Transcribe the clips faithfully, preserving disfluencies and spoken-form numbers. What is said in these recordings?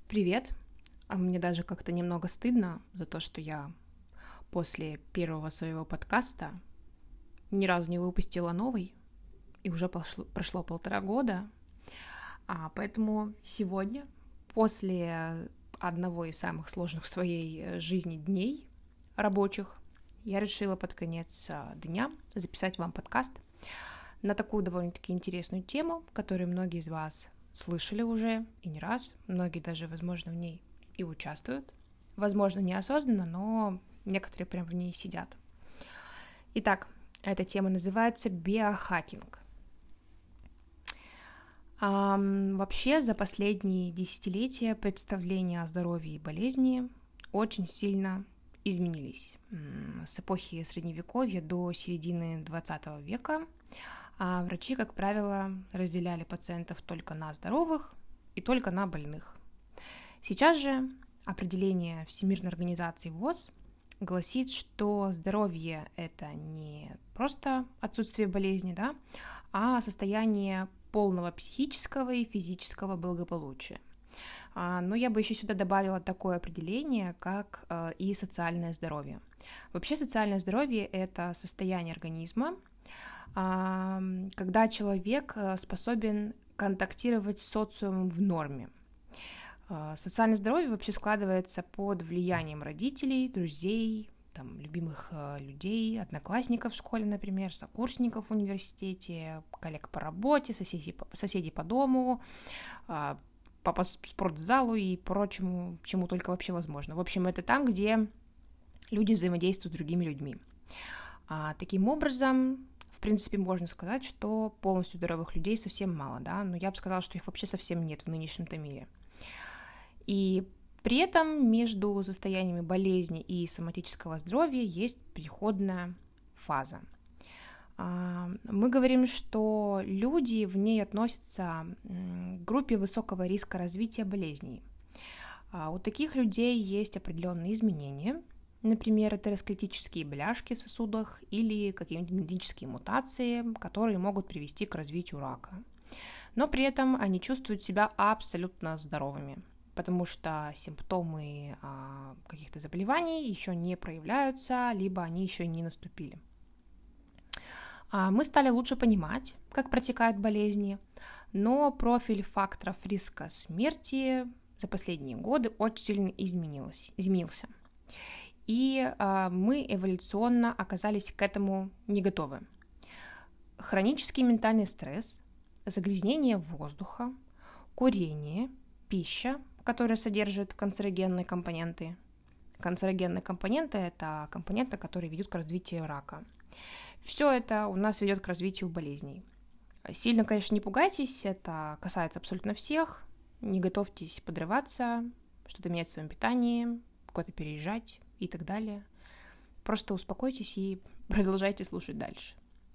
Привет. А мне даже как-то немного стыдно за то, что я после первого своего подкаста ни разу не выпустила новый, и уже пошло, прошло полтора года. А поэтому сегодня, после одного из самых сложных в своей жизни дней рабочих, я решила под конец дня записать вам подкаст на такую довольно-таки интересную тему, которую многие из вас слышали уже и не раз, многие даже, возможно, в ней и участвуют, возможно, неосознанно, но некоторые прям в ней сидят. Итак, эта тема называется биохакинг. А, вообще, за последние десятилетия представления о здоровье и болезни очень сильно изменились. С эпохи Средневековья до середины двадцатого века а врачи, как правило, разделяли пациентов только на здоровых и только на больных. Сейчас же определение Всемирной организации ВОЗ гласит, что здоровье – это не просто отсутствие болезни, да, а состояние полного психического и физического благополучия. Но я бы еще сюда добавила такое определение, как и социальное здоровье. Вообще социальное здоровье – это состояние организма, когда человек способен контактировать с социумом в норме. Социальное здоровье вообще складывается под влиянием родителей, друзей, там, любимых людей, одноклассников в школе, например, сокурсников в университете, коллег по работе, соседей по, соседей по дому, по спортзалу и прочему, чему только вообще возможно. В общем, это там, где люди взаимодействуют с другими людьми. Таким образом, в принципе, можно сказать, что полностью здоровых людей совсем мало, да, но я бы сказала, что их вообще совсем нет в нынешнем-то мире. И при этом между состояниями болезни и соматического здоровья есть переходная фаза. Мы говорим, что люди в ней относятся к группе высокого риска развития болезней. У таких людей есть определенные изменения, например, атеросклеротические бляшки в сосудах или какие-нибудь генетические мутации, которые могут привести к развитию рака. Но при этом они чувствуют себя абсолютно здоровыми, потому что симптомы а, каких-то заболеваний еще не проявляются, либо они еще не наступили. А мы стали лучше понимать, как протекают болезни, но профиль факторов риска смерти за последние годы очень сильно изменилось, изменился. И а, мы эволюционно оказались к этому не готовы. Хронический ментальный стресс, загрязнение воздуха, курение, пища, которая содержит канцерогенные компоненты. Канцерогенные компоненты – это компоненты, которые ведут к развитию рака. Все это у нас ведет к развитию болезней. Сильно, конечно, не пугайтесь, это касается абсолютно всех. Не готовьтесь подрываться, что-то менять в своем питании, куда-то переезжать и так далее. Просто успокойтесь и продолжайте слушать дальше.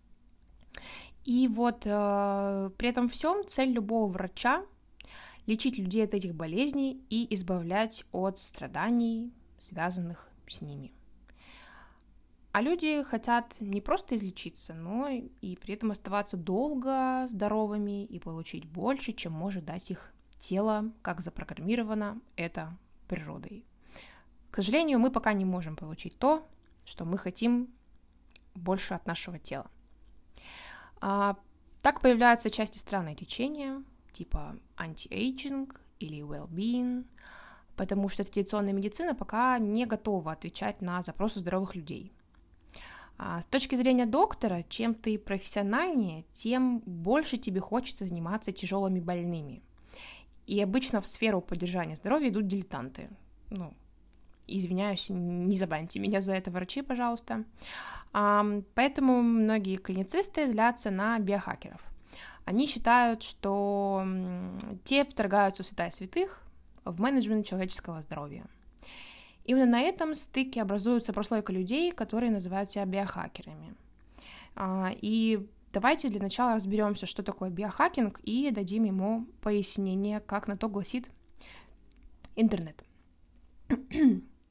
И вот э, при этом всем цель любого врача – лечить людей от этих болезней и избавлять от страданий, связанных с ними. А люди хотят не просто излечиться, но и при этом оставаться долго здоровыми и получить больше, чем может дать их тело, как запрограммировано это природой. К сожалению, мы пока не можем получить то, что мы хотим больше от нашего тела. А, так появляются части странные течения, типа anti-aging или well-being, потому что традиционная медицина пока не готова отвечать на запросы здоровых людей. А с точки зрения доктора, чем ты профессиональнее, тем больше тебе хочется заниматься тяжелыми больными. И обычно в сферу поддержания здоровья идут дилетанты. Ну, извиняюсь, не забаньте меня за это, врачи, пожалуйста. А, поэтому многие клиницисты злятся на биохакеров. Они считают, что те вторгаются в святая святых в менеджмент человеческого здоровья. Именно на этом стыке образуется прослойка людей, которые называют себя биохакерами. И давайте для начала разберемся, что такое биохакинг, и дадим ему пояснение, как на то гласит интернет.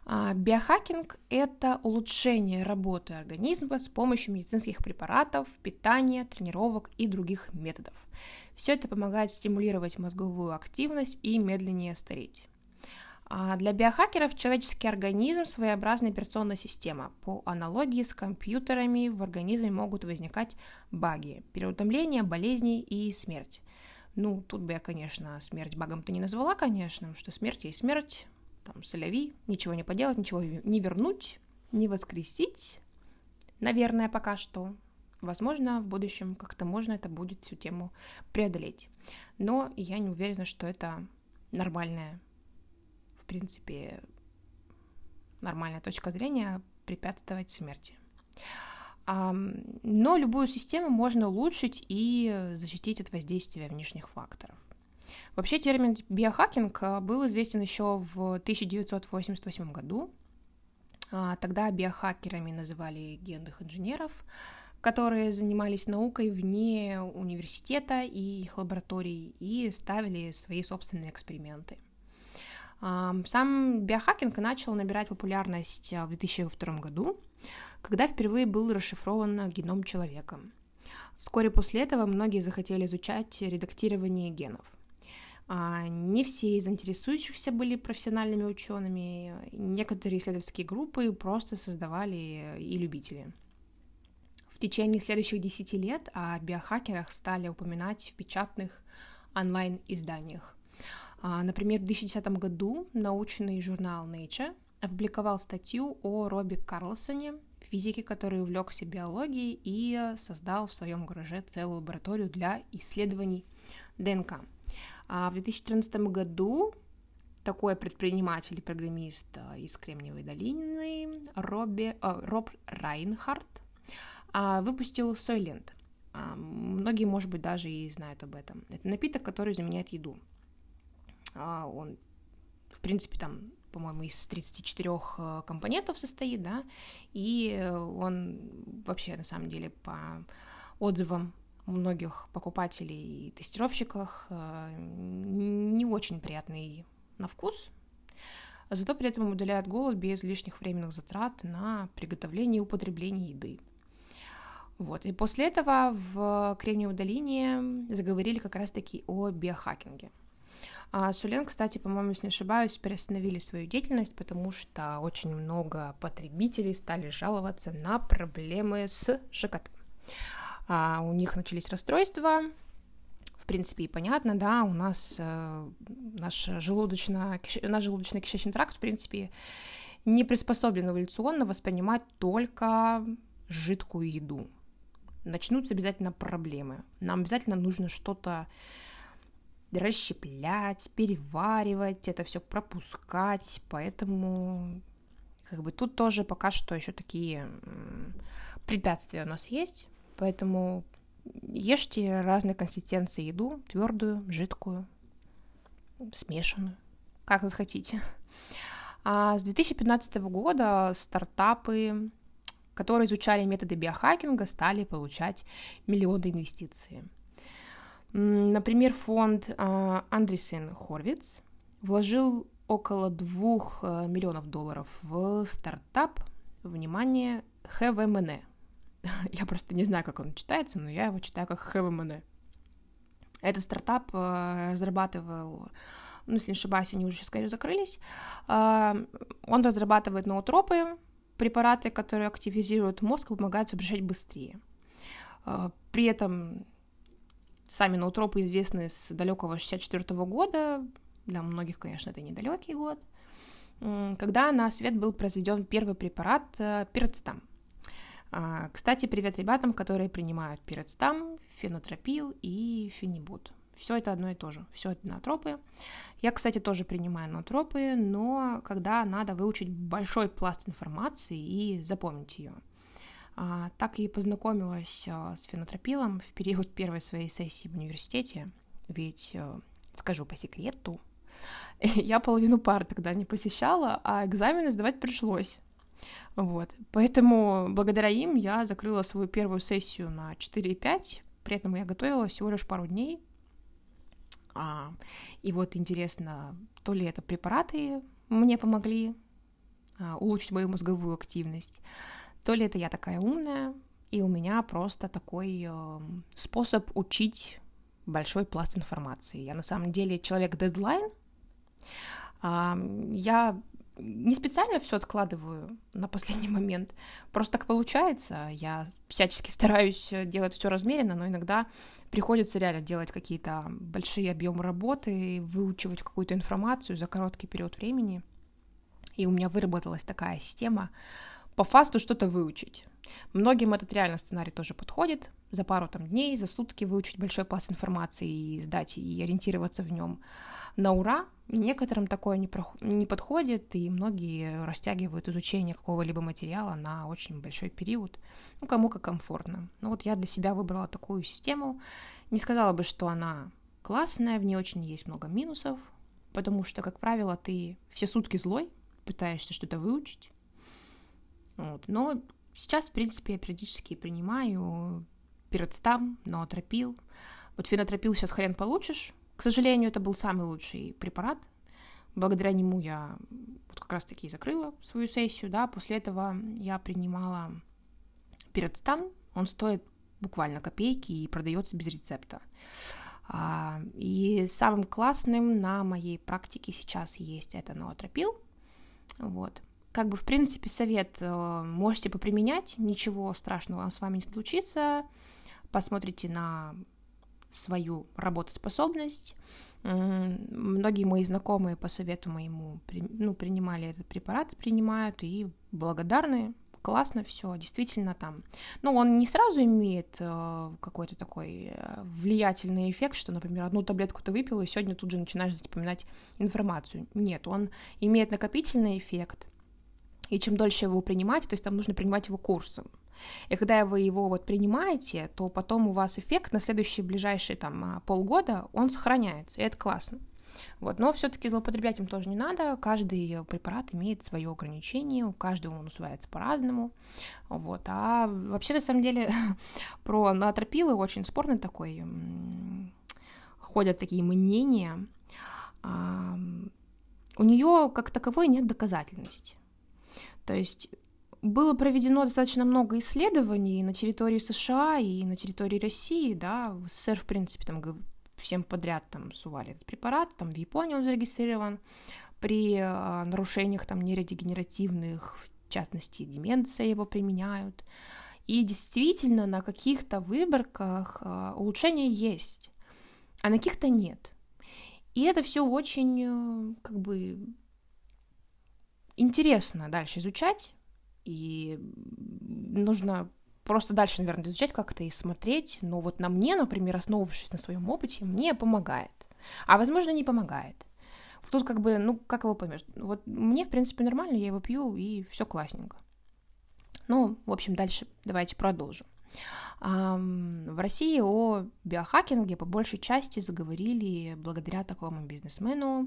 Биохакинг — это улучшение работы организма с помощью медицинских препаратов, питания, тренировок и других методов. Все это помогает стимулировать мозговую активность и медленнее стареть. Для биохакеров человеческий организм — своеобразная операционная система. По аналогии с компьютерами в организме могут возникать баги, переутомление, болезни и смерть. Ну, тут бы я, конечно, смерть багом-то не назвала, конечно, потому что смерть есть смерть. Там, соляви, ничего не поделать, ничего не вернуть, не воскресить, наверное, пока что. Возможно, в будущем как-то можно это будет всю тему преодолеть. Но я не уверена, что это нормальная, в принципе, нормальная точка зрения препятствовать смерти. Но любую систему можно улучшить и защитить от воздействия внешних факторов. Вообще термин биохакинг был известен еще в тысяча девятьсот восемьдесят восьмом году. Тогда биохакерами называли генных инженеров, которые занимались наукой вне университета и их лабораторий и ставили свои собственные эксперименты. Сам биохакинг начал набирать популярность в две тысячи втором году, когда впервые был расшифрован геном человека. Вскоре после этого многие захотели изучать редактирование генов. Не все из интересующихся были профессиональными учеными, некоторые исследовательские группы просто создавали и любители. В течение следующих десяти лет о биохакерах стали упоминать в печатных онлайн-изданиях. Например, в две тысячи десятом году научный журнал Nature опубликовал статью о Робби Карлсоне, физике, который увлекся биологией и создал в своем гараже целую лабораторию для исследований ДНК. А в две тысячи тринадцатом году такой предприниматель и программист из Кремниевой долины Робби, э, Роб Райнхард выпустил Soylent. Многие, может быть, даже и знают об этом. Это напиток, который заменяет еду. Он, в принципе, там, по-моему, из тридцати четырёх компонентов состоит, да, и он вообще, на самом деле, по отзывам многих покупателей и тестировщиков не очень приятный на вкус, зато при этом удаляет голод без лишних временных затрат на приготовление и употребление еды. Вот. И после этого в Кремниевой долине заговорили как раз-таки о биохакинге. А Soylent, кстати, по-моему, если не ошибаюсь, приостановили свою деятельность, потому что очень много потребителей стали жаловаться на проблемы с ЖКТ. А у них начались расстройства, в принципе, и понятно, да, у нас э, наш, желудочно, наш желудочно-кишечный тракт, в принципе, не приспособлен эволюционно воспринимать только жидкую еду. Начнутся обязательно проблемы. Нам обязательно нужно что-то расщеплять, переваривать, это все пропускать, поэтому как бы тут тоже пока что еще такие препятствия у нас есть. Поэтому ешьте разной консистенции еду, твердую, жидкую, смешанную, как захотите. А с две тысячи пятнадцатого года стартапы, которые изучали методы биохакинга, стали получать миллионы инвестиций. Например, фонд Andreessen Horowitz вложил около двух миллионов долларов в стартап, внимание, эйч ви эм эн. Я просто не знаю, как он читается, но я его читаю как эйч ви эм эн. Этот стартап разрабатывал, ну, если не ошибаюсь, они уже сейчас, конечно, закрылись. Он разрабатывает ноотропы, препараты, которые активизируют мозг и помогают соображать быстрее. При этом сами ноотропы известны с далекого шестьдесят четвёртого года. Для многих, конечно, это недалекий год. Когда на свет был произведен первый препарат пироцетам. Кстати, привет ребятам, которые принимают пироцетам, фенотропил и фенибут. Все это одно и то же, все это ноотропы. Я, кстати, тоже принимаю ноотропы, но когда надо выучить большой пласт информации и запомнить ее. Так и познакомилась с фенотропилом в период первой своей сессии в университете, ведь, скажу по секрету, я половину пар тогда не посещала, а экзамены сдавать пришлось. Вот. Поэтому благодаря им я закрыла свою первую сессию на четыре и пять, при этом я готовила всего лишь пару дней. А, и вот интересно, то ли это препараты мне помогли улучшить мою мозговую активность, то ли это я такая умная, и у меня просто такой э, способ учить большой пласт информации. Я на самом деле человек-дедлайн. Э, я не специально все откладываю на последний момент, просто так получается. Я всячески стараюсь делать все размеренно, но иногда приходится реально делать какие-то большие объемы работы, выучивать какую-то информацию за короткий период времени. И у меня выработалась такая система по фасту что-то выучить. Многим этот реально сценарий тоже подходит. За пару там дней, за сутки выучить большой пласт информации и сдать, и ориентироваться в нем на ура. Некоторым такое не, проход... не подходит, и многие растягивают изучение какого-либо материала на очень большой период. Ну, кому как комфортно. Ну, вот я для себя выбрала такую систему. Не сказала бы, что она классная, в ней очень есть много минусов, потому что, как правило, ты все сутки злой, пытаешься что-то выучить. Вот. Но сейчас, в принципе, я периодически принимаю пиротстам, ноотропил. Вот фенотропил сейчас хрен получишь. К сожалению, это был самый лучший препарат. Благодаря нему я вот как раз-таки закрыла свою сессию, да. После этого я принимала пиротстам. Он стоит буквально копейки и продается без рецепта. И самым классным на моей практике сейчас есть это ноотропил. Вот. Как бы, в принципе, совет можете поприменять, ничего страшного с вами не случится. Посмотрите на свою работоспособность. Многие мои знакомые по совету моему ну, принимали этот препарат, принимают и благодарны. Классно все, действительно там. Но он не сразу имеет какой-то такой влиятельный эффект, что, например, одну таблетку ты выпил, и сегодня тут же начинаешь запоминать информацию. Нет, он имеет накопительный эффект. И чем дольше его принимать, то есть там нужно принимать его курсом. И когда вы его вот принимаете, то потом у вас эффект на следующие ближайшие там полгода, он сохраняется, и это классно. Вот. Но все-таки злоупотреблять им тоже не надо, каждый препарат имеет свое ограничение, у каждого он усваивается по-разному. Вот. А вообще, на самом деле, про ноотропилы очень спорный такой, ходят такие мнения. У нее как таковой нет доказательности. То есть было проведено достаточно много исследований на территории США и на территории России, да, в СССР, в принципе, там всем подряд там сували этот препарат, там в Японии он зарегистрирован при а, нарушениях там нейродегенеративных, в частности, деменция его применяют. И действительно на каких-то выборках а, улучшения есть, а на каких-то нет. И это все очень, как бы, интересно дальше изучать, и нужно просто дальше, наверное, изучать как-то и смотреть, но вот на мне, например, основывавшись на своем опыте, мне помогает, а, возможно, не помогает. Тут как бы, ну, как его поймешь? Вот мне, в принципе, нормально, я его пью, и все классненько. Ну, в общем, дальше давайте продолжим. В России о биохакинге по большей части заговорили благодаря такому бизнесмену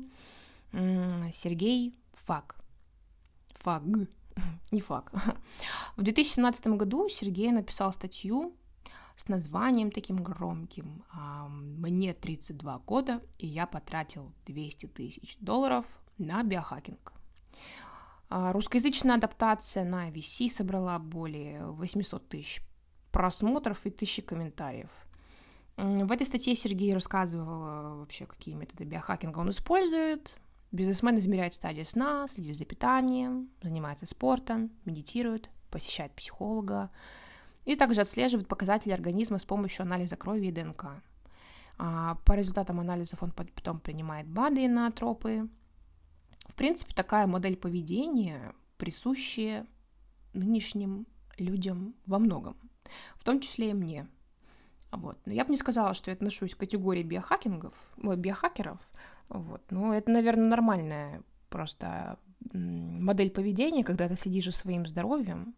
Сергей Фак. Фаг, не фак. В две тысячи семнадцатом году Сергей написал статью с названием таким громким «Мне тридцать два года, и я потратил двести тысяч долларов на биохакинг». Русскоязычная адаптация на ви си собрала более восемьсот тысяч просмотров и тысячи комментариев. В этой статье Сергей рассказывал вообще, какие методы биохакинга он использует. Бизнесмен измеряет стадии сна, следит за питанием, занимается спортом, медитирует, посещает психолога и также отслеживает показатели организма с помощью анализа крови и ДНК. По результатам анализов он потом принимает БАДы и ноотропы. В принципе, такая модель поведения присущая нынешним людям во многом, в том числе и мне. Вот. Но я бы не сказала, что я отношусь к категории биохакингов, биохакеров. Вот. Ну, это, наверное, нормальная просто модель поведения, когда ты следишь за своим здоровьем,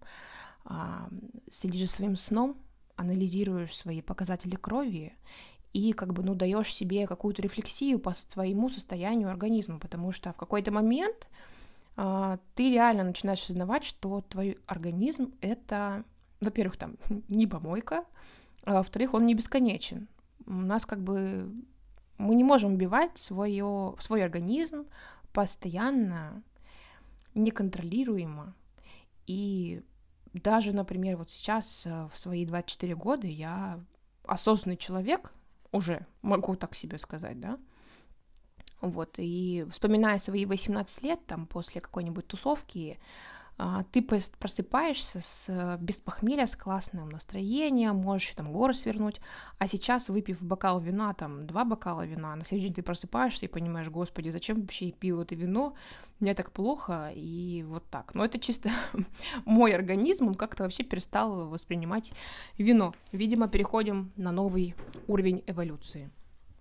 следишь за своим сном, анализируешь свои показатели крови и как бы, ну, даешь себе какую-то рефлексию по своему состоянию организма, потому что в какой-то момент ты реально начинаешь осознавать, что твой организм — это, во-первых, там, не помойка, а во-вторых, он не бесконечен. У нас как бы... Мы не можем убивать свое, свой организм постоянно неконтролируемо. И даже, например, вот сейчас, в свои двадцать четыре года, я осознанный человек, уже могу так себе сказать, да, вот, и вспоминая свои восемнадцать лет, там, после какой-нибудь тусовки, ты просыпаешься с, без похмелья, с классным настроением, можешь там горы свернуть, а сейчас, выпив бокал вина, там, два бокала вина, на следующий день ты просыпаешься и понимаешь, господи, зачем вообще я пил это вино, мне так плохо, и вот так. Но это чисто мой организм, он как-то вообще перестал воспринимать вино. Видимо, переходим на новый уровень эволюции.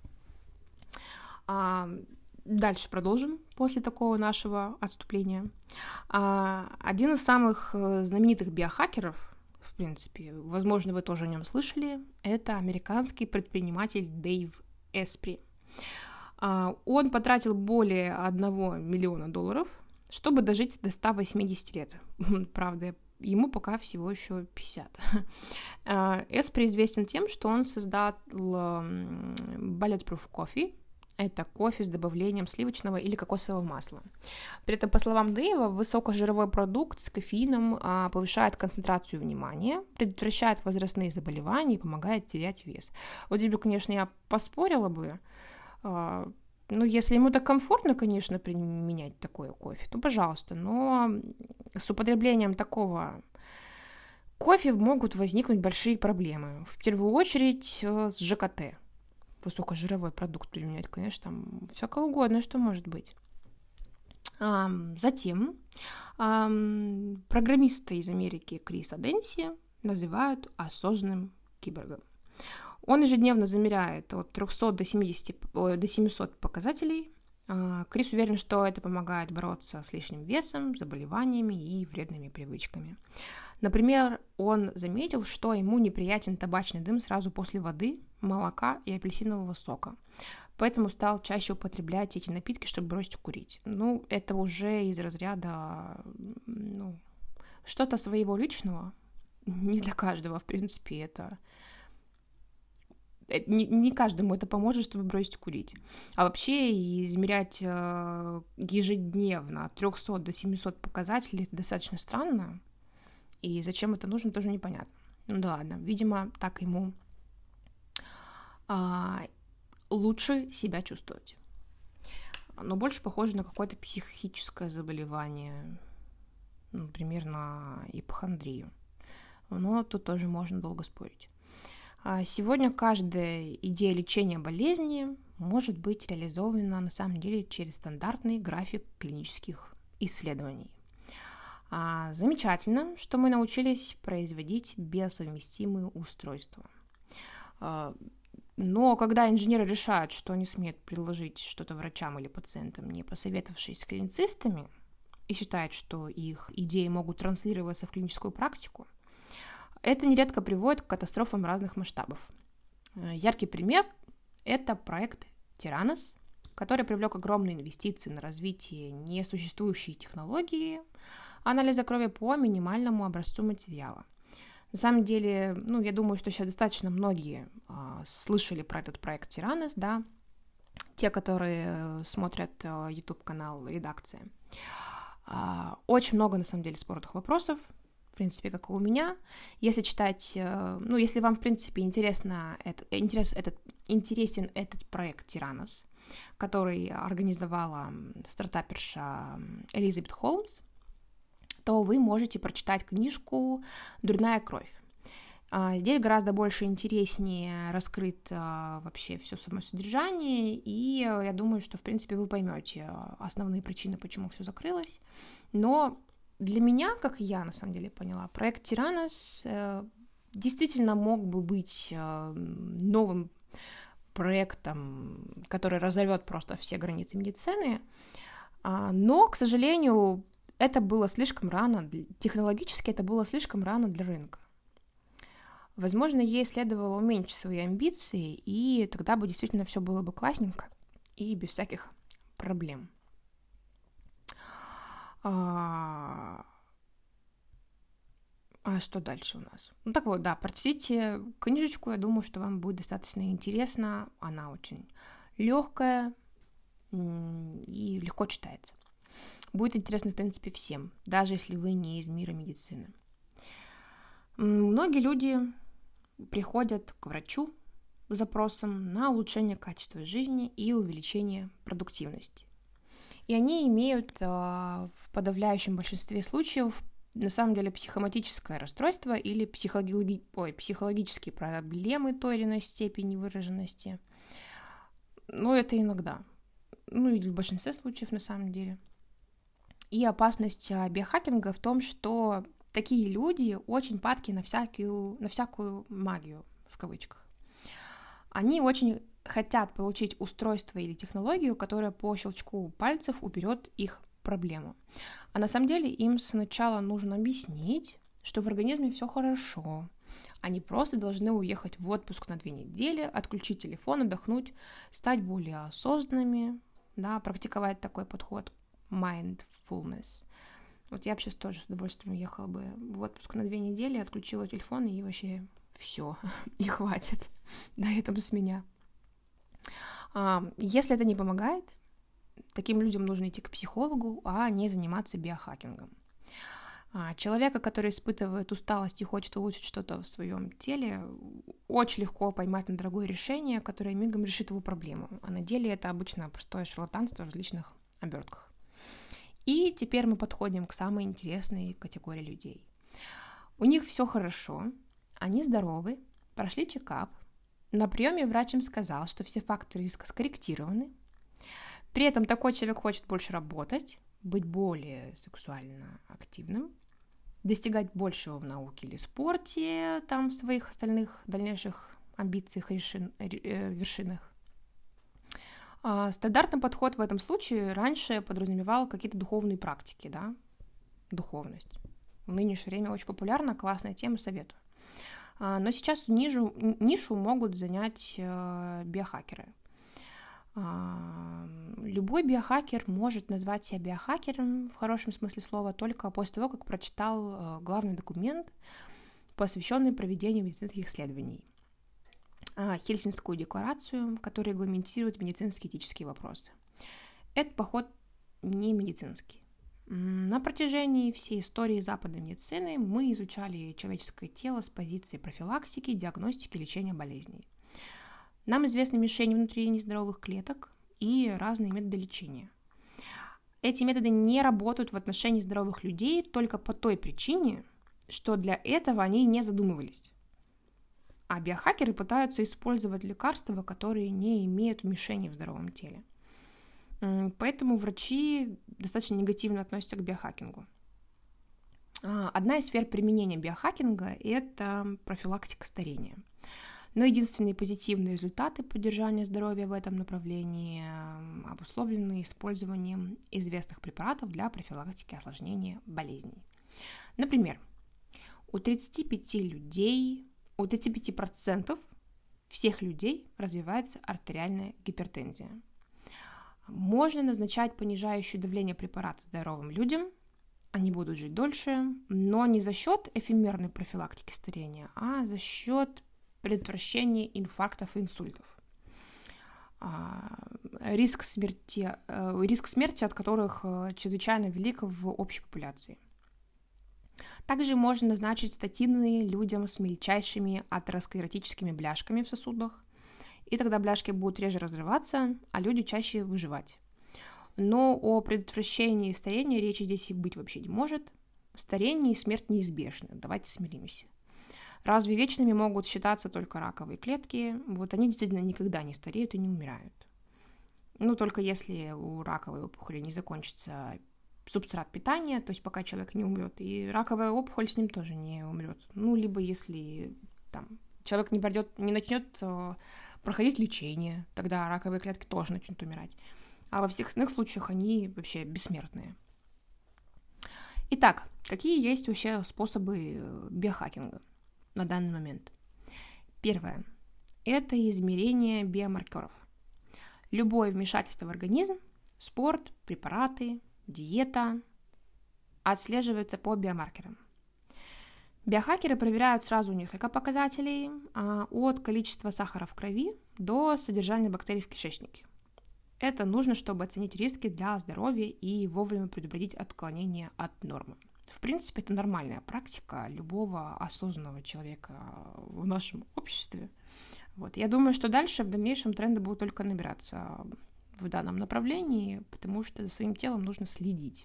А, дальше продолжим после такого нашего отступления. А, один из самых знаменитых биохакеров, в принципе, возможно, вы тоже о нем слышали, это американский предприниматель Дэйв Эспри. А, он потратил более одного миллиона долларов, чтобы дожить до ста восьмидесяти лет. Правда, ему пока всего еще пятьдесят. Эспри известен тем, что он создал Bulletproof Coffee. Это кофе с добавлением сливочного или кокосового масла. При этом, по словам Дэйва, высокожировой продукт с кофеином а, повышает концентрацию внимания, предотвращает возрастные заболевания и помогает терять вес. Вот здесь бы, конечно, я поспорила бы. А, ну, если ему так комфортно, конечно, применять такое кофе, то пожалуйста. Но с употреблением такого кофе могут возникнуть большие проблемы. В первую очередь с ЖКТ. Высокожировой продукт применять, конечно, там всякое угодно, что может быть. А, затем а, программиста из Америки Криса Денси называют осознанным киборгом. Он ежедневно замеряет от трехсот до семидесяти, до семисот показателей. А, Крис уверен, что это помогает бороться с лишним весом, заболеваниями и вредными привычками. Например, он заметил, что ему неприятен табачный дым сразу после воды, молока и апельсинового сока. Поэтому стал чаще употреблять эти напитки, чтобы бросить курить. Ну, это уже из разряда, ну, что-то своего личного. Не для каждого, в принципе, это... Не, не каждому это поможет, чтобы бросить курить. А вообще измерять э, ежедневно от трехсот до семисот показателей — это достаточно странно. И зачем это нужно, тоже непонятно. Ну да ладно, видимо, так ему а, лучше себя чувствовать. Но больше похоже на какое-то психическое заболевание, например, на ипохондрию. Но тут тоже можно долго спорить. А сегодня каждая идея лечения болезни может быть реализована на самом деле через стандартный график клинических исследований. А, замечательно, что мы научились производить биосовместимые устройства. А, но когда инженеры решают, что они смеют предложить что-то врачам или пациентам, не посоветовавшись с клиницистами, и считают, что их идеи могут транслироваться в клиническую практику, это нередко приводит к катастрофам разных масштабов. Яркий пример – это проект Theranos, который привлек огромные инвестиции на развитие несуществующей технологии анализа крови по минимальному образцу материала. На самом деле, ну, я думаю, что сейчас достаточно многие а, слышали про этот проект Theranos, да, те, которые смотрят а, YouTube-канал «Редакция». А, очень много, на самом деле, спорных вопросов, в принципе, как и у меня. Если читать, а, ну, если вам, в принципе, интересно, это, интерес, этот, интересен этот проект Theranos, который организовала стартаперша Элизабет Холмс, то вы можете прочитать книжку «Дурная кровь». Здесь гораздо больше интереснее раскрыто вообще все само содержание, и я думаю, что, в принципе, вы поймете основные причины, почему все закрылось. Но для меня, как я на самом деле поняла, проект Theranos действительно мог бы быть новым проектом, который разорвет просто все границы медицины, но, к сожалению, это было слишком рано, технологически это было слишком рано для рынка. Возможно, ей следовало уменьшить свои амбиции, и тогда бы действительно все было бы классненько и без всяких проблем. А, а что дальше у нас? Ну так вот, да, прочтите книжечку, я думаю, что вам будет достаточно интересно. Она очень легкая и легко читается. Будет интересно, в принципе, всем, даже если вы не из мира медицины. Многие люди приходят к врачу с запросом на улучшение качества жизни и увеличение продуктивности. И они имеют в подавляющем большинстве случаев на самом деле психоматическое расстройство или психологи... Ой, психологические проблемы той или иной степени выраженности. Но это иногда. Ну и в большинстве случаев на самом деле. И опасность биохакинга в том, что такие люди очень падки на всякую, на всякую магию, в кавычках. Они очень хотят получить устройство или технологию, которая по щелчку пальцев уберет их проблему. А на самом деле им сначала нужно объяснить, что в организме все хорошо. Они просто должны уехать в отпуск на две недели, отключить телефон, отдохнуть, стать более осознанными, да, практиковать такой подход mindfulness. Вот я бы сейчас тоже с удовольствием уехала бы в отпуск на две недели, отключила телефон и вообще все, и хватит на этом с меня. Если это не помогает, таким людям нужно идти к психологу, а не заниматься биохакингом. Человека, который испытывает усталость и хочет улучшить что-то в своем теле, очень легко поймать на дорогое решение, которое мигом решит его проблему. А на деле это обычно простое шарлатанство в различных обертках. И теперь мы подходим к самой интересной категории людей. У них все хорошо, они здоровы, прошли чекап, на приеме врач им сказал, что все факторы риска скорректированы. При этом такой человек хочет больше работать, быть более сексуально активным, достигать большего в науке или спорте, там в своих остальных дальнейших амбициях и вершинах. Стандартный подход в этом случае раньше подразумевал какие-то духовные практики, да, духовность. В нынешнее время очень популярна, классная тема, советую. Но сейчас нишу, нишу могут занять биохакеры. Любой биохакер может назвать себя биохакером в хорошем смысле слова только после того, как прочитал главный документ, посвященный проведению медицинских исследований. Хельсинскую декларацию, которая регламентирует медицинские этические вопросы. Этот подход не медицинский. На протяжении всей истории западной медицины мы изучали человеческое тело с позиции профилактики, диагностики, лечения болезней. Нам известны мишени внутри нездоровых клеток и разные методы лечения. Эти методы не работают в отношении здоровых людей только по той причине, что для этого они не задумывались. А биохакеры пытаются использовать лекарства, которые не имеют мишени в здоровом теле. Поэтому врачи достаточно негативно относятся к биохакингу. Одна из сфер применения биохакинга – это профилактика старения. Но единственные позитивные результаты поддержания здоровья в этом направлении обусловлены использованием известных препаратов для профилактики осложнения болезней. Например, у тридцати пяти людей, у тридцати пяти процентов всех людей развивается артериальная гипертензия. Можно назначать понижающее давление препараты здоровым людям, они будут жить дольше, но не за счет эфемерной профилактики старения, а за счет предотвращения инфарктов и инсультов. Риск смерти, риск смерти от которых чрезвычайно велик в общей популяции. Также можно назначить статины людям с мельчайшими атеросклеротическими бляшками в сосудах, и тогда бляшки будут реже разрываться, а люди чаще выживать. Но о предотвращении старения речи здесь и быть вообще не может. Старение и смерть неизбежны, давайте смиримся. Разве вечными могут считаться только раковые клетки? Вот они действительно никогда не стареют и не умирают. Ну, только если у раковой опухоли не закончится субстрат питания, то есть пока человек не умрет, и раковая опухоль с ним тоже не умрет. Ну, либо если там, человек не, пройдет, не начнет э, проходить лечение, тогда раковые клетки тоже начнут умирать. А во всех остальных случаях они вообще бессмертные. Итак, какие есть вообще способы биохакинга на данный момент? Первое – это измерение биомаркеров. Любое вмешательство в организм, спорт, препараты, диета отслеживается по биомаркерам. Биохакеры проверяют сразу несколько показателей, от количества сахара в крови до содержания бактерий в кишечнике. Это нужно, чтобы оценить риски для здоровья и вовремя предупредить отклонение от нормы. В принципе, это нормальная практика любого осознанного человека в нашем обществе. Вот. Я думаю, что дальше, в дальнейшем, тренды будут только набираться в данном направлении, потому что за своим телом нужно следить.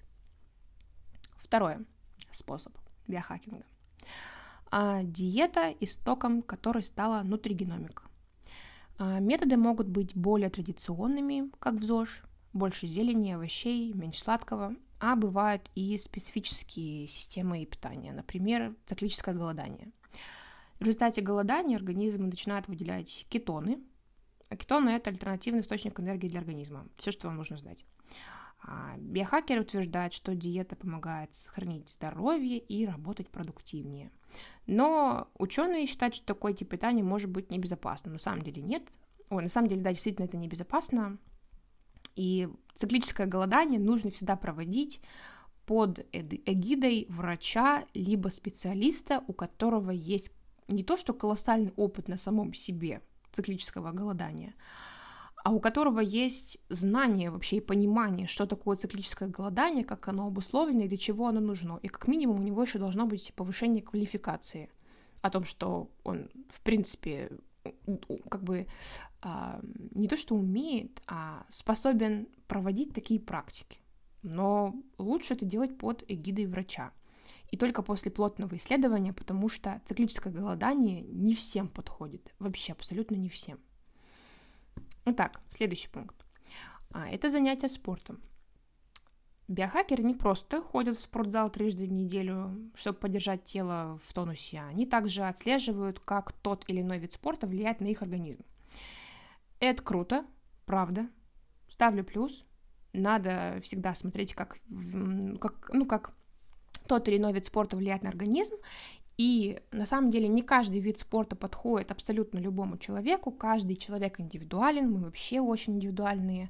Второй способ биохакинга. А, диета, истоком которой стала нутригеномика. А, методы могут быть более традиционными, как в ЗОЖ, больше зелени, овощей, меньше сладкого, а бывают и специфические системы питания, например, циклическое голодание. В результате голодания организм начинает выделять кетоны. А кетоны – это альтернативный источник энергии для организма. Все, что вам нужно знать. А биохакеры утверждают, что диета помогает сохранить здоровье и работать продуктивнее. Но ученые считают, что такой тип питания может быть небезопасным. На самом деле нет. Ой, на самом деле, да, действительно это небезопасно. И циклическое голодание нужно всегда проводить под эгидой врача либо специалиста, у которого есть не то что колоссальный опыт на самом себе циклического голодания, а у которого есть знание вообще и понимание, что такое циклическое голодание, как оно обусловлено и для чего оно нужно. И как минимум у него еще должно быть повышение квалификации о том, что он, в принципе, как бы а, не то что умеет, а способен проводить такие практики. Но лучше это делать под эгидой врача. И только после плотного исследования, потому что циклическое голодание не всем подходит. Вообще абсолютно не всем. Итак, следующий пункт. А, это занятие спортом. Биохакеры не просто ходят в спортзал трижды в неделю, чтобы поддержать тело в тонусе, они также отслеживают, как тот или иной вид спорта влияет на их организм. Это круто, правда. Ставлю плюс. Надо всегда смотреть, как, как, ну, как тот или иной вид спорта влияет на организм. И на самом деле не каждый вид спорта подходит абсолютно любому человеку. Каждый человек индивидуален, мы вообще очень индивидуальные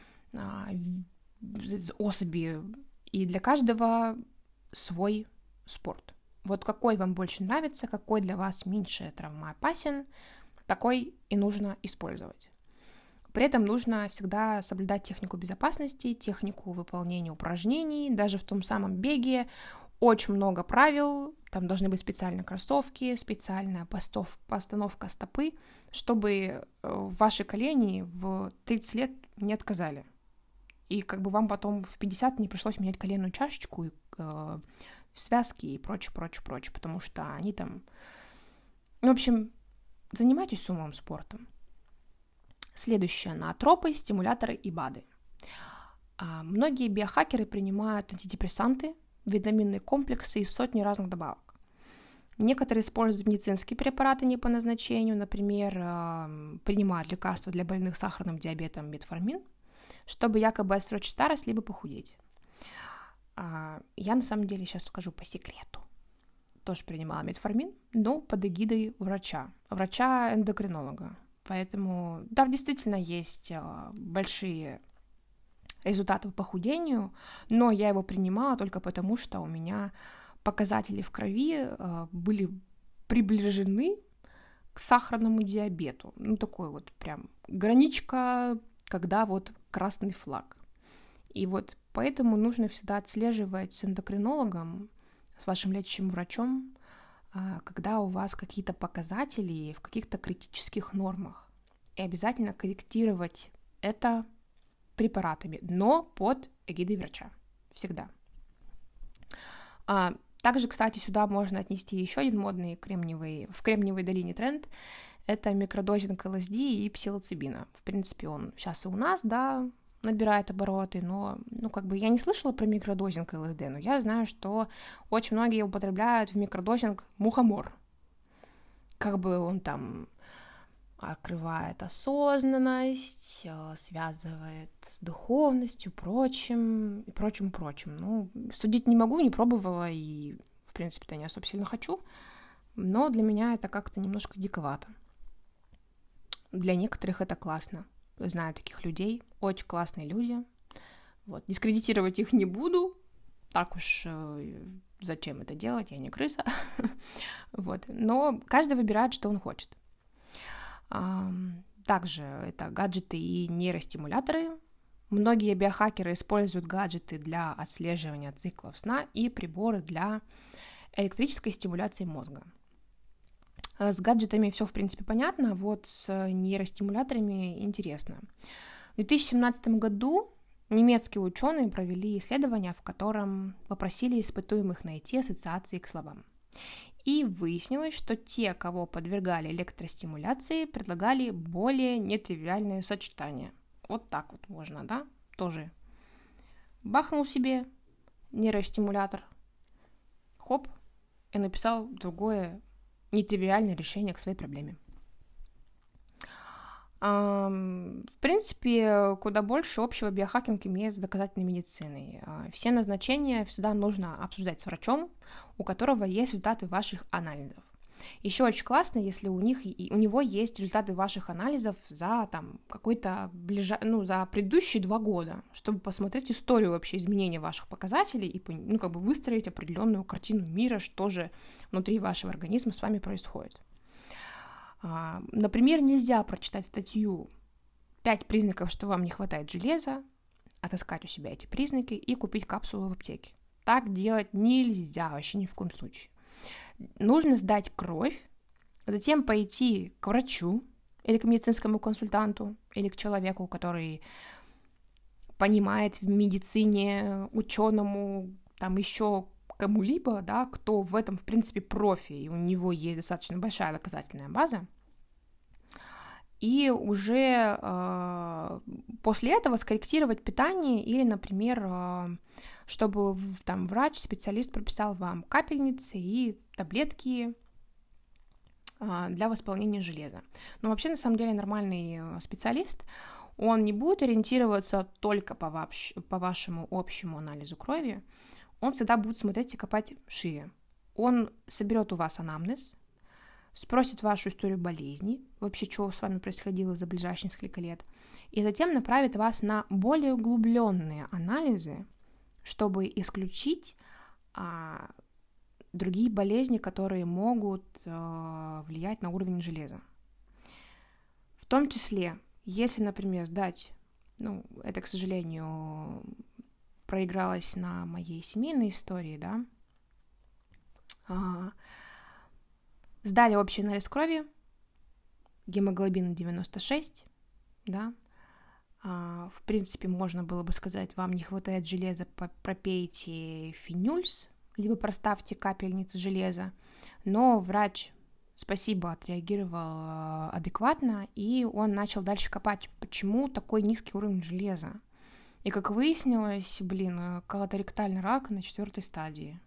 особи, и для каждого свой спорт. Вот какой вам больше нравится, какой для вас меньше травмоопасен, такой и нужно использовать. При этом нужно всегда соблюдать технику безопасности, технику выполнения упражнений. Даже в том самом беге очень много правил, там должны быть специальные кроссовки, специальная постов, постановка стопы, чтобы ваши колени в тридцать лет не отказали. И как бы вам потом в пятьдесят не пришлось менять коленную чашечку, и, э, связки и прочее, прочее, прочее, потому что они там... В общем, занимайтесь умом спортом. Следующее. Ноотропы, стимуляторы и БАДы. А, многие биохакеры принимают антидепрессанты, витаминные комплексы и сотни разных добавок. Некоторые используют медицинские препараты не по назначению, например, э, принимают лекарства для больных сахарным диабетом метформин, чтобы якобы отсрочить старость, либо похудеть. А, я на самом деле сейчас скажу по секрету. Тоже принимала метформин, но под эгидой врача, врача-эндокринолога. Поэтому, да, действительно есть а, большие результаты по похудению, но я его принимала только потому, что у меня показатели в крови а, были приближены к сахарному диабету. Ну, такой вот прям граничка, когда вот красный флаг. И вот поэтому нужно всегда отслеживать с эндокринологом, с вашим лечащим врачом, когда у вас какие-то показатели в каких-то критических нормах. И обязательно корректировать это препаратами, но под эгидой врача. Всегда. Также, кстати, сюда можно отнести еще один модный кремниевый, в Кремниевой долине тренд. Это микродозинг эл эс ди и псилоцибина. В принципе, он сейчас и у нас, да, набирает обороты, но, ну, как бы я не слышала про микродозинг эл эс ди, но я знаю, что очень многие употребляют в микродозинг мухомор. Как бы он там открывает осознанность, связывает с духовностью, прочим, и прочим, прочим. Ну, судить не могу, не пробовала, и, в принципе-то, не особо сильно хочу, но для меня это как-то немножко диковато. Для некоторых это классно. Знаю таких людей, очень классные люди. Вот. Дискредитировать их не буду. Так уж э, зачем это делать, я не крыса. Вот. Но каждый выбирает, что он хочет. А, также это гаджеты и нейростимуляторы. Многие биохакеры используют гаджеты для отслеживания циклов сна и приборы для электрической стимуляции мозга. С гаджетами все, в принципе, понятно, вот с нейростимуляторами интересно. В две тысячи семнадцатом году немецкие ученые провели исследование, в котором попросили испытуемых найти ассоциации к словам. И выяснилось, что те, кого подвергали электростимуляции, предлагали более нетривиальные сочетания. Вот так вот можно, да? Тоже бахнул себе нейростимулятор, хоп, и написал другое нетривиальное решение к своей проблеме. В принципе, куда больше общего биохакинг имеет с доказательной медициной. Все назначения всегда нужно обсуждать с врачом, у которого есть результаты ваших анализов. Еще очень классно, если у них у него есть результаты ваших анализов за там какой-то ближа... ну, за предыдущие два года, чтобы посмотреть историю вообще изменения ваших показателей и ну, как бы выстроить определенную картину мира, что же внутри вашего организма с вами происходит. Например, нельзя прочитать статью «пять признаков, что вам не хватает железа», отыскать у себя эти признаки и купить капсулу в аптеке. Так делать нельзя вообще ни в коем случае. Нужно сдать кровь, затем пойти к врачу или к медицинскому консультанту, или к человеку, который понимает в медицине, ученому, там еще кому-либо, да, кто в этом, в принципе, профи, и у него есть достаточно большая доказательная база. И уже э, после этого скорректировать питание или, например, э, чтобы там врач, специалист прописал вам капельницы и таблетки э, для восполнения железа. Но вообще, на самом деле, нормальный специалист, он не будет ориентироваться только по, ваш, по вашему общему анализу крови, он всегда будет смотреть и копать шире. Он соберет у вас анамнез, спросит вашу историю болезни, вообще, что с вами происходило за ближайшие несколько лет, и затем направит вас на более углубленные анализы, чтобы исключить а, другие болезни, которые могут а, влиять на уровень железа. В том числе, если, например, дать, ну, это, к сожалению, проигралась на моей семейной истории, да, а, сдали общий анализ крови, гемоглобин девяносто шесть, да, а, в принципе, можно было бы сказать, вам не хватает железа, пропейте фенюльс, либо проставьте капельницы железа, но врач, спасибо, отреагировал адекватно, и он начал дальше копать, почему такой низкий уровень железа. И, как выяснилось, блин, колоторектальный рак на четвертой стадии.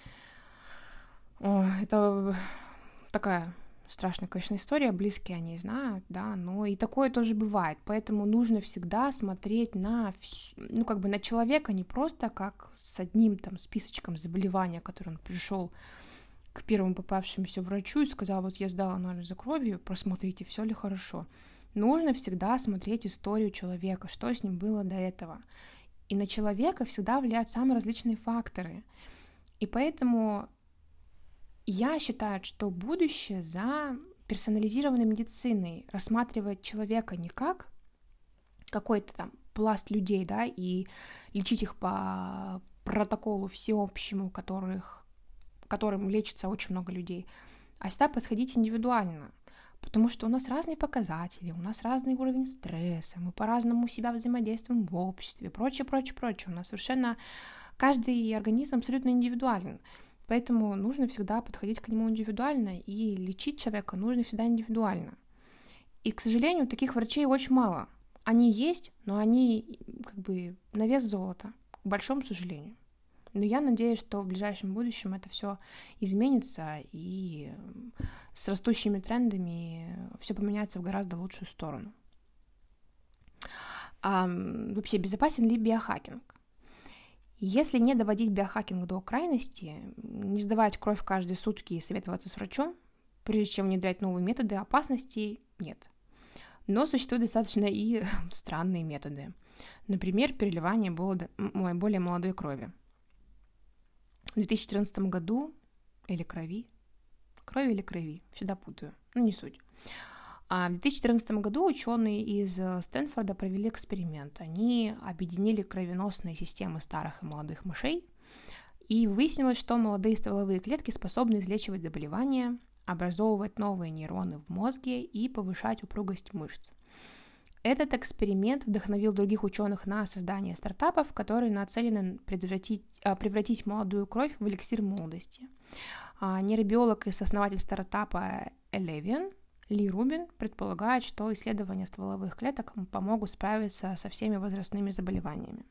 О, это такая страшная, конечно, история, близкие они знают, да, но и такое тоже бывает, поэтому нужно всегда смотреть на, ну, как бы на человека не просто как с одним там списочком заболевания, который он пришел к первому попавшемуся врачу и сказал, вот я сдал анализы крови, просмотрите, все ли хорошо. Нужно всегда смотреть историю человека, что с ним было до этого. И на человека всегда влияют самые различные факторы. И поэтому я считаю, что будущее за персонализированной медициной, рассматривать человека не как какой-то там пласт людей, да, и лечить их по протоколу всеобщему, которых, которым лечится очень много людей, а всегда подходить индивидуально. Потому что у нас разные показатели, у нас разный уровень стресса, мы по-разному себя взаимодействуем в обществе, прочее, прочее, прочее. У нас совершенно каждый организм абсолютно индивидуален. Поэтому нужно всегда подходить к нему индивидуально, и лечить человека нужно всегда индивидуально. И, к сожалению, таких врачей очень мало. Они есть, но они как бы на вес золота, к большому сожалению. Но я надеюсь, что в ближайшем будущем это все изменится, и с растущими трендами все поменяется в гораздо лучшую сторону. А вообще, безопасен ли биохакинг? Если не доводить биохакинг до крайности, не сдавать кровь каждые сутки и советоваться с врачом, прежде чем внедрять новые методы, опасностей нет. Но существуют достаточно и странные методы. Например, переливание более молодой крови. В две тысячи четырнадцатом году, или крови, крови или крови, всегда путаю, ну не суть, А в две тысячи четырнадцатом году ученые из Стэнфорда провели эксперимент. Они объединили кровеносные системы старых и молодых мышей, и выяснилось, что молодые стволовые клетки способны излечивать заболевания, образовывать новые нейроны в мозге и повышать упругость мышц. Этот эксперимент вдохновил других ученых на создание стартапов, которые нацелены превратить молодую кровь в эликсир молодости. Нейробиолог и сооснователь стартапа Eleven Ли Рубин предполагает, что исследования стволовых клеток помогут справиться со всеми возрастными заболеваниями.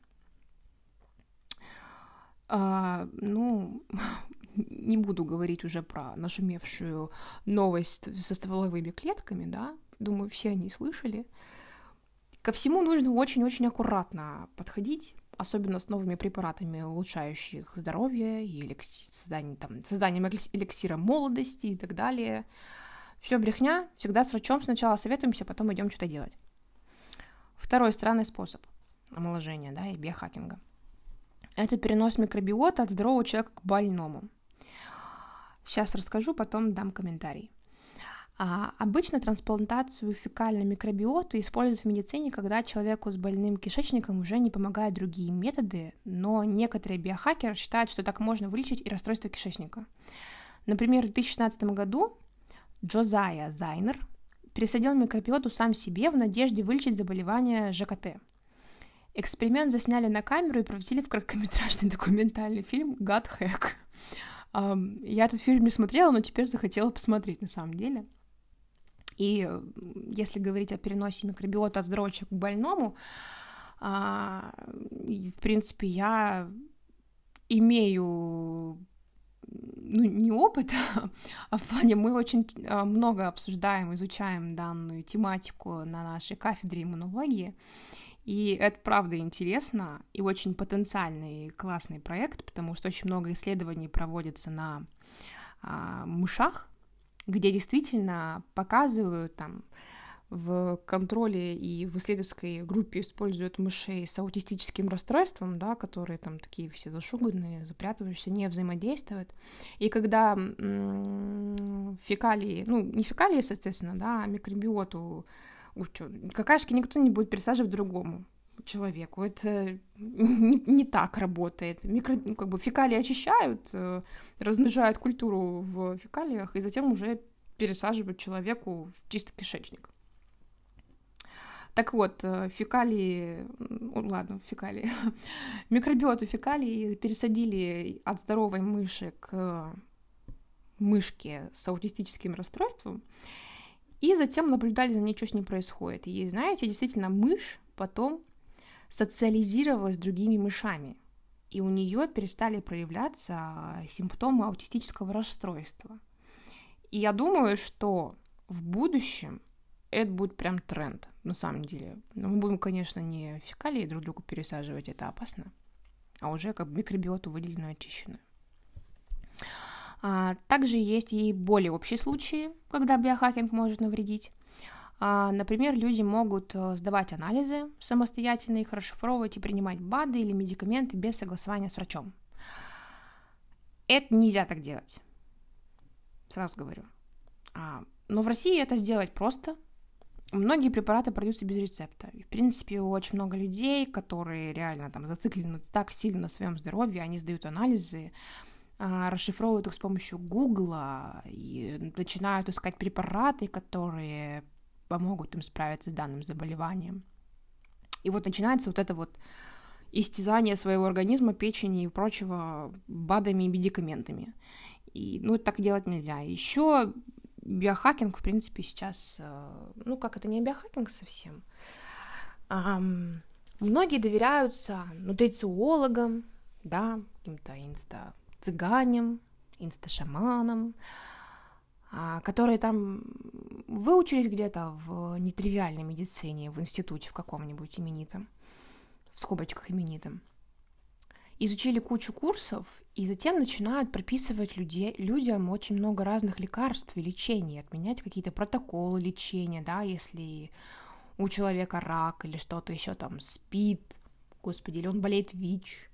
А, ну, не буду говорить уже про нашумевшую новость со стволовыми клетками, да, думаю, все они слышали. Ко всему нужно очень-очень аккуратно подходить, особенно с новыми препаратами, улучшающих здоровье и эликси... созданием, там, созданием эликсира молодости и так далее. Все брехня, всегда с врачом сначала советуемся, потом идем что-то делать. Второй странный способ омоложения, да, и биохакинга. Это перенос микробиота от здорового человека к больному. Сейчас расскажу, потом дам комментарий. А обычно трансплантацию фекальной микробиоты используют в медицине, когда человеку с больным кишечником уже не помогают другие методы, но некоторые биохакеры считают, что так можно вылечить и расстройство кишечника. Например, в две тысячи шестнадцатом году Джозайя Зайнер пересадил микробиоту сам себе в надежде вылечить заболевание ЖКТ. Эксперимент засняли на камеру и превратили в короткометражный документальный фильм «God Hack». Я этот фильм не смотрела, но теперь захотела посмотреть на самом деле. И если говорить о переносе микробиота от здорового человека к больному, в принципе, я имею, ну, не опыт, а в плане мы очень много обсуждаем, изучаем данную тематику на нашей кафедре иммунологии. И это, правда, интересно и очень потенциальный и классный проект, потому что очень много исследований проводится на а, мышах, где действительно показывают там в контроле и в исследовательской группе используют мышей с аутистическим расстройством, да, которые там такие все зашуганные, запрятывающиеся, не взаимодействуют. И когда м- фекалии, ну, не фекалии, соответственно, да, а микробиоту, уж что, какашки никто не будет пересаживать другому человеку. Это не, не так работает. Микро, ну, как бы фекалии очищают, размножают культуру в фекалиях и затем уже пересаживают человеку в чистый кишечник. Так вот, фекалии, ладно, фекалии, микробиоту фекалии пересадили от здоровой мыши к мышке с аутистическим расстройством, и затем наблюдали за ней, что с ней происходит. И, знаете, действительно, мышь потом социализировалась с другими мышами, и у нее перестали проявляться симптомы аутистического расстройства. И я думаю, что в будущем это будет прям тренд, на самом деле. Но мы будем, конечно, не фекалии друг другу пересаживать, это опасно, а уже как бы микробиоту выделенную, очищенную. А, также есть и более общие случаи, когда биохакинг может навредить. А, например, люди могут сдавать анализы самостоятельно, их расшифровывать и принимать БАДы или медикаменты без согласования с врачом. Это нельзя так делать, сразу говорю. А, но в России это сделать просто. Многие препараты продаются без рецепта. И, в принципе, очень много людей, которые реально там зациклены так сильно на своем здоровье, они сдают анализы, расшифровывают их с помощью Гугла и начинают искать препараты, которые помогут им справиться с данным заболеванием. И вот начинается вот это вот истязание своего организма, печени и прочего БАДами и медикаментами. И, ну, так делать нельзя. Еще биохакинг, в принципе, сейчас, ну, как это не биохакинг совсем. А, многие доверяются нутрициологам, да, каким-то инста цыганям, инсташаманам, которые там выучились где-то в нетривиальной медицине, в институте в каком-нибудь именитом, в скобочках именитом, изучили кучу курсов и затем начинают прописывать людей, людям очень много разных лекарств и лечений, отменять какие-то протоколы лечения, да, если у человека рак или что-то еще там, СПИД, господи, или он болеет ВИЧ.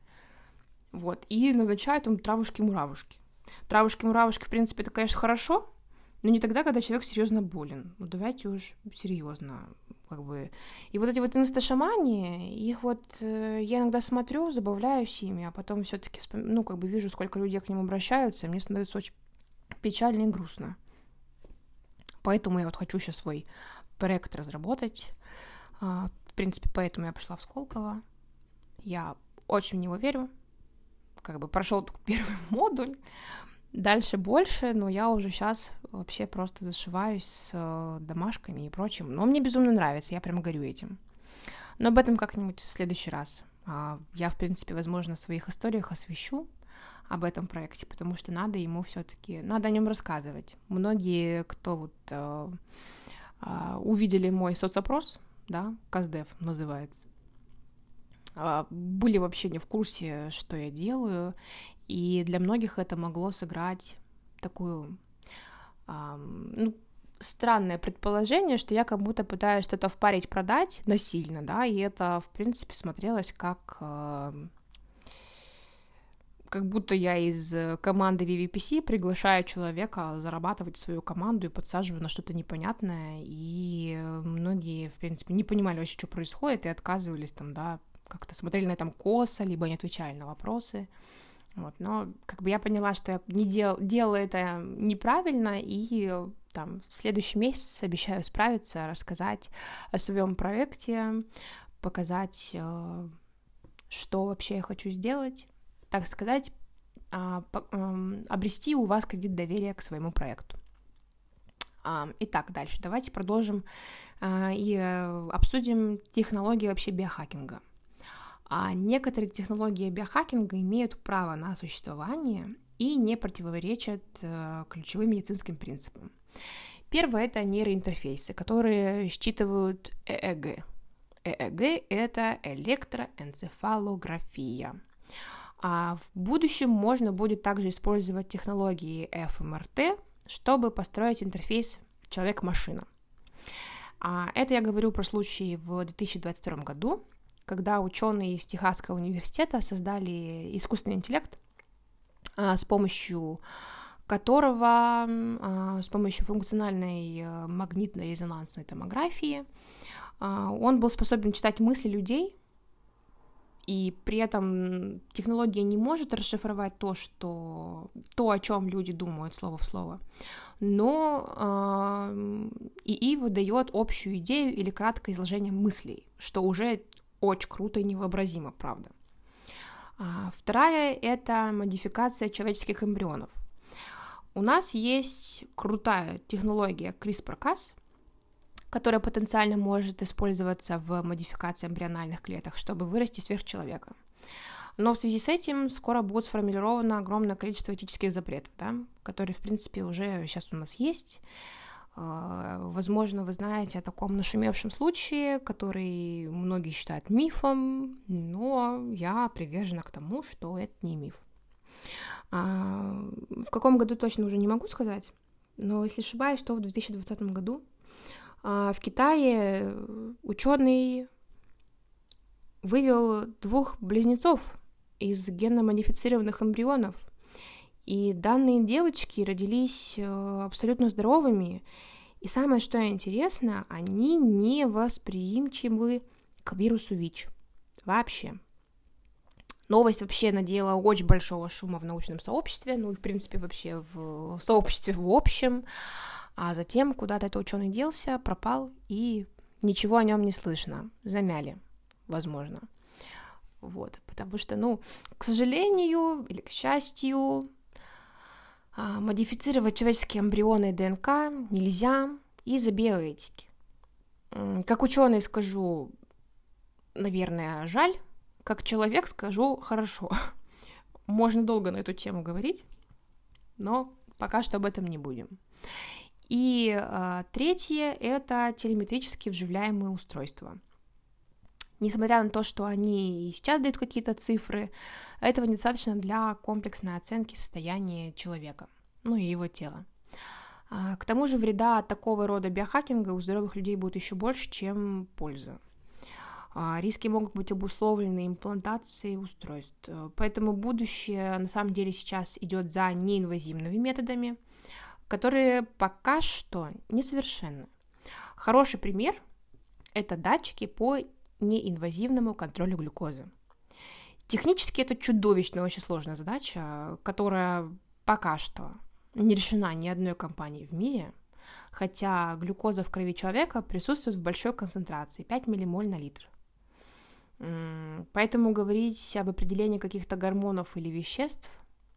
Вот, и назначают им травушки-муравушки. Травушки-муравушки, в принципе, это, конечно, хорошо, Но не тогда, когда человек серьезно болен. Ну, давайте уж серьезно, как бы. И вот эти вот инсташамани, их вот э, я иногда смотрю, забавляюсь ими, а потом все-таки, ну, как бы вижу, сколько людей к ним обращаются, и мне становится очень печально и грустно. Поэтому я вот хочу сейчас свой проект разработать. В принципе, поэтому я пошла в Сколково. Я очень в него верю. Как бы прошел только первый модуль. Дальше больше, но я уже сейчас вообще просто зашиваюсь с домашками и прочим. Но мне безумно нравится, я прям горю этим. Но об этом как-нибудь в следующий раз. Я, в принципе, возможно, в своих историях освещу об этом проекте, потому что надо ему все-таки, надо о нем рассказывать. Многие, кто вот э, э, увидели мой соцопрос, да, Каздев называется, э, были вообще не в курсе, что я делаю, и для многих это могло сыграть такую, э, ну, странное предположение, что я как будто пытаюсь что-то впарить, продать насильно, да, и это, в принципе, смотрелось как... Э, как будто я из команды ви ви пи си приглашаю человека зарабатывать в свою команду и подсаживаю на что-то непонятное, и многие, в принципе, не понимали вообще, что происходит, и отказывались там, да, как-то смотрели на этом косо, либо не отвечали на вопросы, вот, но как бы я поняла, что я не дел, делала это неправильно, и там в следующий месяц обещаю справиться, рассказать о своем проекте, показать, что вообще я хочу сделать, так сказать, обрести у вас кредит доверия к своему проекту. Итак, дальше давайте продолжим и обсудим технологии вообще биохакинга. Некоторые технологии биохакинга имеют право на существование и не противоречат ключевым медицинским принципам. Первое — это нейроинтерфейсы, которые считывают ЭЭГ. ЭЭГ — это электроэнцефалография. А в будущем можно будет также использовать технологии эф эм эр тэ, чтобы построить интерфейс человек-машина. А это я говорю про случай в две тысячи двадцать втором году, когда ученые из Техасского университета создали искусственный интеллект, с помощью которого, с помощью функциональной магнитной резонансной томографии, он был способен читать мысли людей, и при этом технология не может расшифровать то, что, то, о чем люди думают слово в слово, но э, ИИ выдает общую идею или краткое изложение мыслей, что уже очень круто и невообразимо, правда. А вторая — это модификация человеческих эмбрионов. У нас есть крутая технология CRISPR-Cas, которая потенциально может использоваться в модификации эмбриональных клеток, чтобы вырасти сверхчеловека. Но в связи с этим скоро будет сформулировано огромное количество этических запретов, да, которые, в принципе, уже сейчас у нас есть. Возможно, вы знаете о таком нашумевшем случае, который многие считают мифом, но я привержена к тому, что это не миф. В каком году точно уже не могу сказать, но если ошибаюсь, то в две тысячи двадцатом году в Китае ученый вывел двух близнецов из генно-модифицированных эмбрионов, и данные девочки родились абсолютно здоровыми, и самое, что интересно, они не восприимчивы к вирусу ВИЧ вообще. Новость вообще наделала очень большого шума в научном сообществе, ну и, в принципе, вообще в сообществе в общем. А затем куда-то этот ученый делся, пропал, и ничего о нем не слышно. Замяли, возможно. Вот, потому что, ну, к сожалению или к счастью, модифицировать человеческие эмбрионы и ДНК нельзя из-за биоэтики. Как ученый скажу, наверное, жаль. Как человек скажу, хорошо. Можно долго на эту тему говорить, но пока что об этом не будем. И э, третье — это телеметрически вживляемые устройства. Несмотря на то, что они и сейчас дают какие-то цифры, этого недостаточно для комплексной оценки состояния человека, ну и его тела. А, к тому же вреда от такого рода биохакинга у здоровых людей будет еще больше, чем пользы. А, риски могут быть обусловлены имплантацией устройств, поэтому будущее на самом деле сейчас идет за неинвазивными методами, которые пока что несовершенны. Хороший пример – это датчики по неинвазивному контролю глюкозы. Технически это чудовищно очень сложная задача, которая пока что не решена ни одной компанией в мире, хотя глюкоза в крови человека присутствует в большой концентрации – пять миллимоль на литр. Поэтому говорить об определении каких-то гормонов или веществ,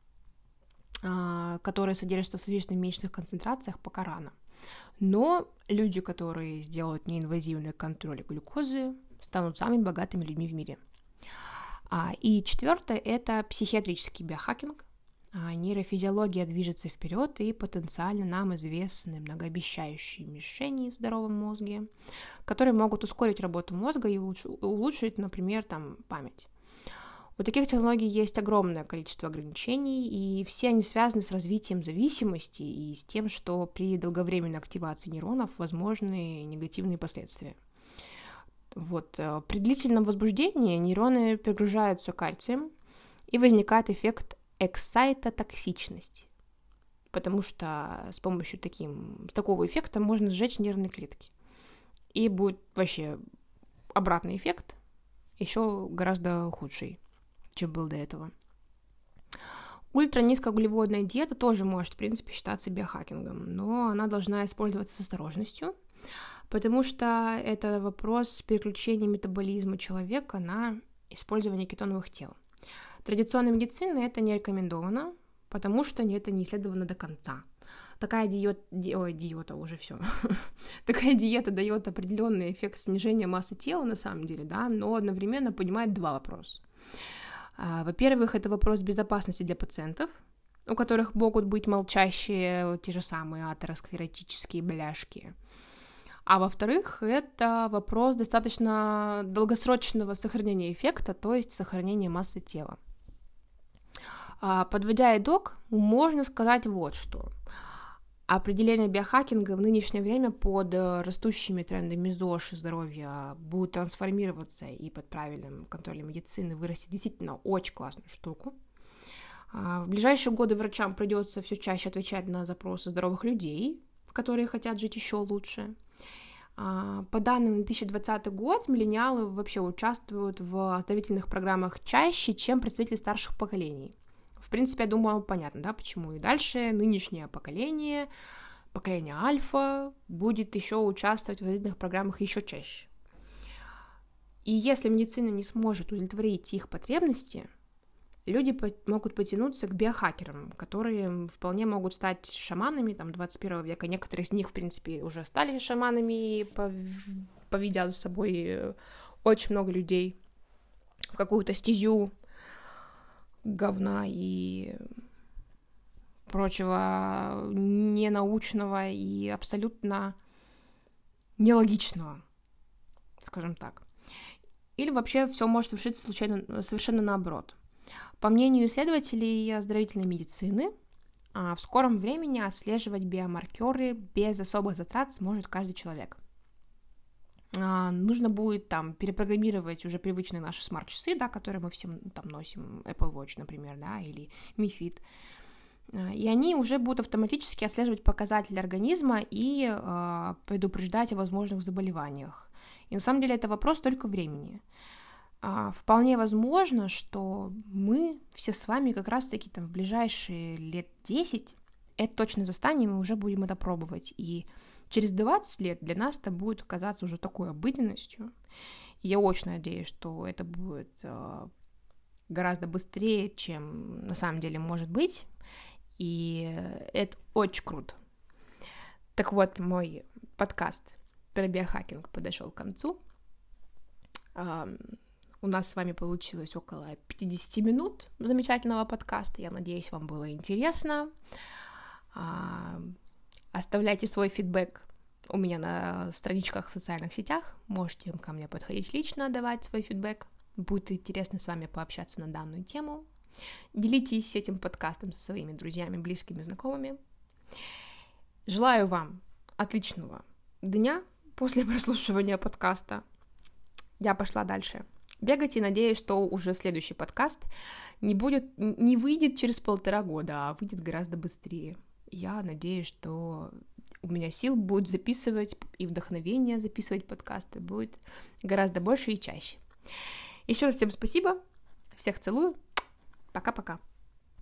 которые содержатся в существенно меньших концентрациях, пока рано. Но люди, которые сделают неинвазивный контроль глюкозы, станут самыми богатыми людьми в мире. И четвертое – это психиатрический биохакинг. Нейрофизиология движется вперед, и потенциально нам известны многообещающие мишени в здоровом мозге, которые могут ускорить работу мозга и улучшить, например, там, память. У таких технологий есть огромное количество ограничений, и все они связаны с развитием зависимости и с тем, что при долговременной активации нейронов возможны негативные последствия. Вот. При длительном возбуждении нейроны перегружаются кальцием, и возникает эффект эксайтотоксичности, потому что с помощью таким, такого эффекта можно сжечь нервные клетки. И будет вообще обратный эффект, еще гораздо худший, чем был до этого. Ультранизкоуглеводная диета тоже может, в принципе, считаться биохакингом, но она должна использоваться с осторожностью, потому что это вопрос переключения метаболизма человека на использование кетоновых тел. Традиционной медицины это не рекомендовано, потому что это не исследовано до конца. Такая диета, ди, ой, диета уже все. Такая диета дает определенный эффект снижения массы тела на самом деле, да, но одновременно поднимает два вопроса. Во-первых, это вопрос безопасности для пациентов, у которых могут быть молчащие те же самые атеросклеротические бляшки. А во-вторых, это вопрос достаточно долгосрочного сохранения эффекта, то есть сохранения массы тела. Подводя итог, можно сказать вот что. Определение биохакинга в нынешнее время под растущими трендами ЗОЖ и здоровья будет трансформироваться и под правильным контролем медицины вырастет действительно очень классную штуку. В ближайшие годы врачам придется все чаще отвечать на запросы здоровых людей, которые хотят жить еще лучше. По данным на две тысячи двадцатый год, миллениалы вообще участвуют в оздоровительных программах чаще, чем представители старших поколений. В принципе, я думаю, понятно, да, почему. И дальше нынешнее поколение, поколение альфа, будет еще участвовать в оздоровительных программах еще чаще. И если медицина не сможет удовлетворить их потребности, люди могут потянуться к биохакерам, которые вполне могут стать шаманами там, двадцать первого века. Некоторые из них, в принципе, уже стали шаманами, поведя за собой очень много людей в какую-то стезю говна и прочего ненаучного и абсолютно нелогичного, скажем так. Или вообще все может совершиться случайно, совершенно наоборот. По мнению исследователей оздоровительной медицины, в скором времени отслеживать биомаркеры без особых затрат сможет каждый человек. Нужно будет там перепрограммировать уже привычные наши смарт-часы, да, которые мы все там носим, Apple Watch, например, да, или Mi Fit. И они уже будут автоматически отслеживать показатели организма и э, предупреждать о возможных заболеваниях. И на самом деле это вопрос только времени. А, вполне возможно, что мы все с вами как раз-таки там в ближайшие лет десять это точно застанем и уже будем это пробовать. И через двадцать лет для нас это будет казаться уже такой обыденностью. И я очень надеюсь, что это будет э, гораздо быстрее, чем на самом деле может быть. И это очень круто. Так вот, мой подкаст про биохакинг подошел к концу. Uh, у нас с вами получилось около пятьдесят минут замечательного подкаста. Я надеюсь, вам было интересно. Uh, оставляйте свой фидбэк у меня на страничках в социальных сетях. Можете ко мне подходить лично, давать свой фидбэк. Будет интересно с вами пообщаться на данную тему. Делитесь этим подкастом со своими друзьями, близкими, знакомыми. Желаю вам отличного дня после прослушивания подкаста. Я пошла дальше бегать и надеюсь, что уже следующий подкаст не будет, не выйдет через полтора года, а выйдет гораздо быстрее. я надеюсь, что у меня сил будет записывать и вдохновение записывать подкасты будет гораздо больше и чаще. Еще раз всем спасибо, всех целую, пока-пока.